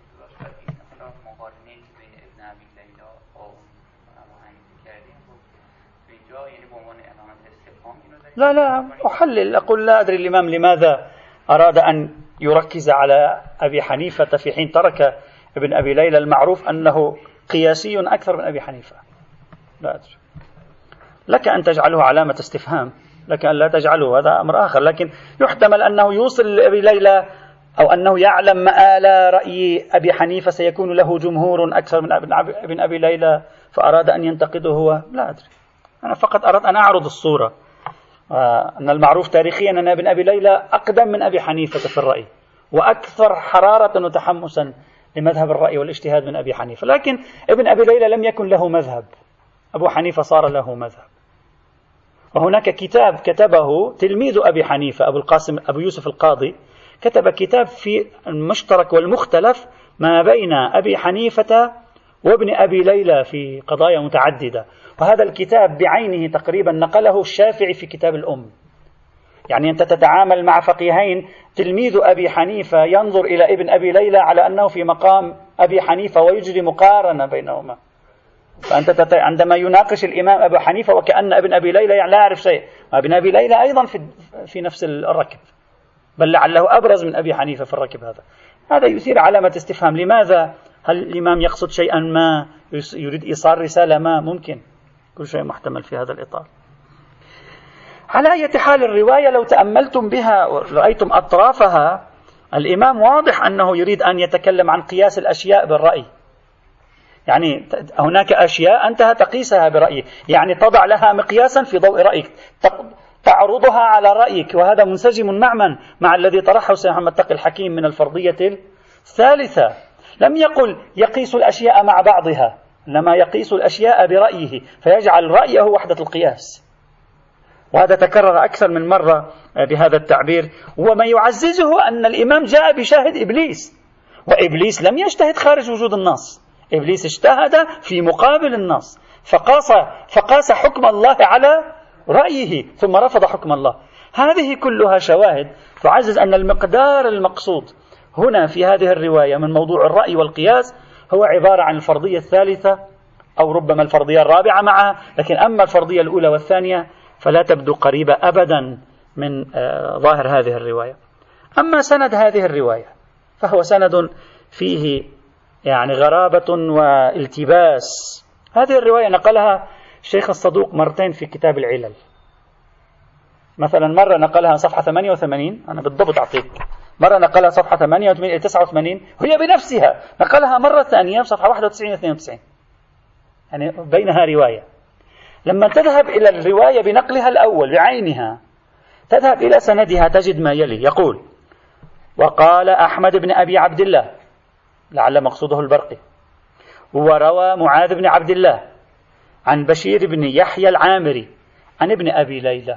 لا أحلل، أقول لا أدري الإمام لماذا أراد أن يركز على أبي حنيفة في حين ترك ابن أبي ليلى المعروف أنه قياسي أكثر من أبي حنيفة. لا أدري، لك أن تجعله علامة استفهام، لك أن لا تجعله، هذا أمر آخر. لكن يحتمل أنه يوصل لأبي ليلى أو أنه يعلم مآل رأي أبي حنيفة سيكون له جمهور أكثر من ابن أبي ليلى فأراد أن ينتقده هو. لا أدري، أنا فقط أردت أن أعرض الصورة. أن المعروف تاريخيا أن ابن أبي ليلى أقدم من أبي حنيفة في الرأي وأكثر حرارة وتحمسا لمذهب الرأي والاجتهاد من أبي حنيفة، لكن ابن أبي ليلى لم يكن له مذهب، أبو حنيفة صار له مذهب. وهناك كتاب كتبه تلميذ أبي حنيفة أبو القاسم أبو يوسف القاضي، كتب كتاب في المشترك والمختلف ما بين أبي حنيفة وابن أبي ليلى في قضايا متعددة، وهذا الكتاب بعينه تقريبا نقله الشافعي في كتاب الأم. يعني أنت تتعامل مع فقيهين، تلميذ أبي حنيفة ينظر إلى ابن أبي ليلى على أنه في مقام أبي حنيفة ويجري مقارنة بينهما. فأنت عندما يناقش الإمام أبو حنيفة وكأن ابن أبي ليلى لا يعرف شيء، وابن أبي ليلى أيضا في نفس الركب، بل لعله أبرز من أبي حنيفة في الركب. هذا يثير علامة استفهام، لماذا؟ هل الإمام يقصد شيئا ما، يريد إيصال رسالة ما؟ ممكن، كل شيء محتمل في هذا الإطار. على أي حال الرواية لو تأملتم بها ورأيتم أطرافها، الإمام واضح أنه يريد أن يتكلم عن قياس الأشياء بالرأي. يعني هناك أشياء أنت تقيسها برأيه، يعني تضع لها مقياسا في ضوء رأيك، تعرضها على رأيك، وهذا منسجم مع الذي طرحه سيد محمد تقي الحكيم من الفرضية الثالثة. لم يقل يقيس الأشياء مع بعضها، لما يقيس الأشياء برأيه فيجعل رأيه وحدة القياس. وهذا تكرر أكثر من مرة بهذا التعبير. وما يعززه أن الإمام جاء بشاهد إبليس، وإبليس لم يجتهد خارج وجود النص، إبليس اجتهد في مقابل النص، فقاس حكم الله على رأيه ثم رفض حكم الله. هذه كلها شواهد تعزز أن المقدار المقصود هنا في هذه الرواية من موضوع الرأي والقياس هو عبارة عن الفرضية الثالثة أو ربما الفرضية الرابعة معها، لكن أما الفرضية الأولى والثانية فلا تبدو قريبة أبدا من ظاهر هذه الرواية. أما سند هذه الرواية فهو سند فيه يعني غرابة والتباس. هذه الرواية نقلها الشيخ الصدوق مرتين في كتاب العلل. مثلا مرة نقلها صفحة 88، أنا بالضبط أعطيك، مرة نقلها صفحة 88 إلى 89، وهي بنفسها نقلها مرة ثانية صفحة 91 إلى 92، يعني بينها رواية. لما تذهب إلى الرواية بنقلها الأول بعينها، تذهب إلى سندها تجد ما يلي. يقول: وقال أحمد بن أبي عبد الله، لعل مقصوده البرقي، وروى معاذ بن عبد الله عن بشير بن يحيى العامري عن ابن أبي ليلى.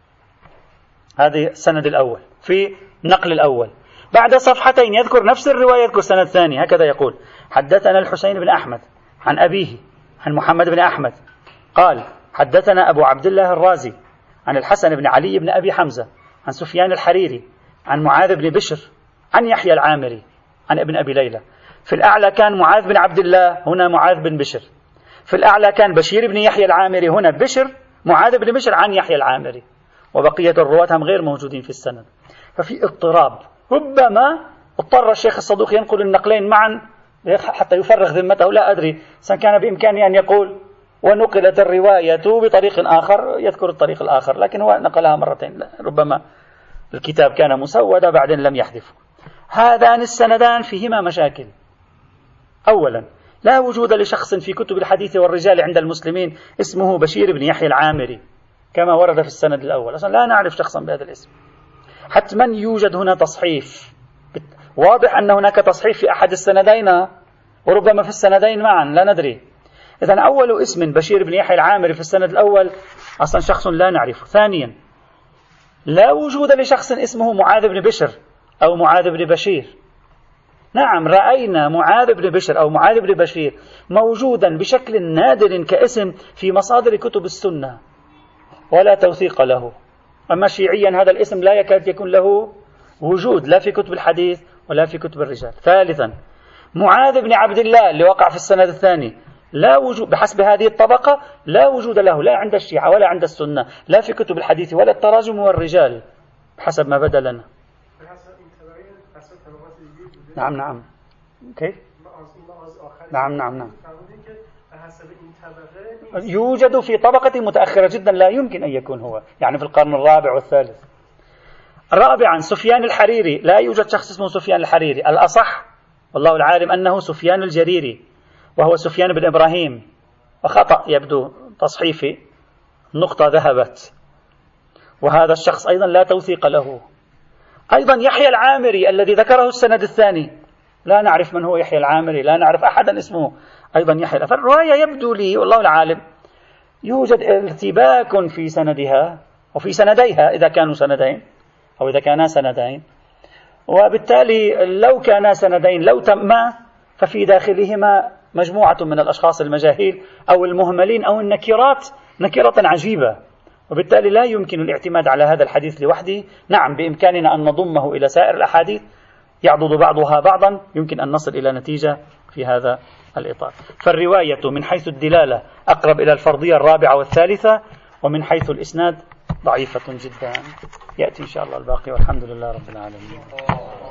هذه السند الأول في نقل الأول. بعد صفحتين يذكر نفس الرواية، يذكر سند ثاني، هكذا يقول: حدثنا الحسين بن أحمد عن أبيه عن محمد بن أحمد قال: حدثنا أبو عبد الله الرازي عن الحسن بن علي بن أبي حمزة عن سفيان الحريري عن معاذ بن بشر عن يحيى العامري عن ابن أبي ليلى. في الأعلى كان معاذ بن عبد الله، هنا معاذ بن بشر. في الأعلى كان بشير بن يحيى العامري، هنا بشر معاذ بن بشر عن يحيى العامري، وبقية الرواة هم غير موجودين في السند. ففي اضطراب، ربما اضطر الشيخ الصدوق ينقل النقلين معا حتى يفرغ ذمته، لا أدري، كان بإمكانه أن يقول ونقلت الرواية بطريق آخر يذكر الطريق الآخر، لكن هو نقلها مرتين، ربما الكتاب كان مسودة بعدين لم يحذفه. هذان السندان فيهما مشاكل. أولا، لا وجود لشخص في كتب الحديث والرجال عند المسلمين اسمه بشير بن يحيى العامري كما ورد في السند الأول، أصلا لا نعرف شخصا بهذا الاسم. حتما يوجد هنا تصحيف، واضح أن هناك تصحيف في أحد السندين وربما في السندين معا، لا ندري. إذن أول اسم بشير بن يحيى العامري في السند الأول أصلا شخص لا نعرفه. ثانيا، لا وجود لشخص اسمه معاذ بن بشر أو معاذ بن بشير. نعم، رأينا معاذ بن بشر أو معاذ بن بشير موجودا بشكل نادر كاسم في مصادر كتب السنة ولا توثيق له. أما شيعيا هذا الاسم لا يكاد يكون له وجود لا في كتب الحديث ولا في كتب الرجال. ثالثا، معاذ بن عبد الله اللي وقع في السند الثاني لا وجود بحسب هذه الطبقة، لا وجود له لا عند الشيعة ولا عند السنة، لا في كتب الحديث ولا التراجم والرجال بحسب ما بدا لنا. نعم كيف؟ نعم يوجد في طبقة متأخرة جدا، لا يمكن أن يكون هو، يعني في القرن الرابع والثالث. رابعا، سفيان الحريري، لا يوجد شخص اسمه سفيان الحريري. الأصح والله العالم أنه سفيان الجريري، وهو سفيان بن إبراهيم، وخطأ يبدو تصحيفي، نقطة ذهبت، وهذا الشخص أيضا لا توثيق له. أيضا يحيى العامري الذي ذكره السند الثاني، لا نعرف من هو يحيى العامري، لا نعرف أحدا اسمه أيضا يحيى. فالرواية يبدو لي والله العالم يوجد ارتباك في سندها وفي سنديها إذا كانوا سندين أو إذا كانا سندين، وبالتالي لو كانا سندين لو تما ففي داخلهما مجموعة من الأشخاص المجاهيل أو المهملين أو النكرات، نكرة عجيبة، وبالتالي لا يمكن الاعتماد على هذا الحديث لوحده. نعم، بإمكاننا أن نضمه إلى سائر الأحاديث يعضد بعضها بعضا، يمكن أن نصل إلى نتيجة في هذا الإطار. فالرواية من حيث الدلالة أقرب إلى الفرضية الرابعة والثالثة، ومن حيث الإسناد ضعيفة جدا. يأتي إن شاء الله الباقي، والحمد لله رب العالمين.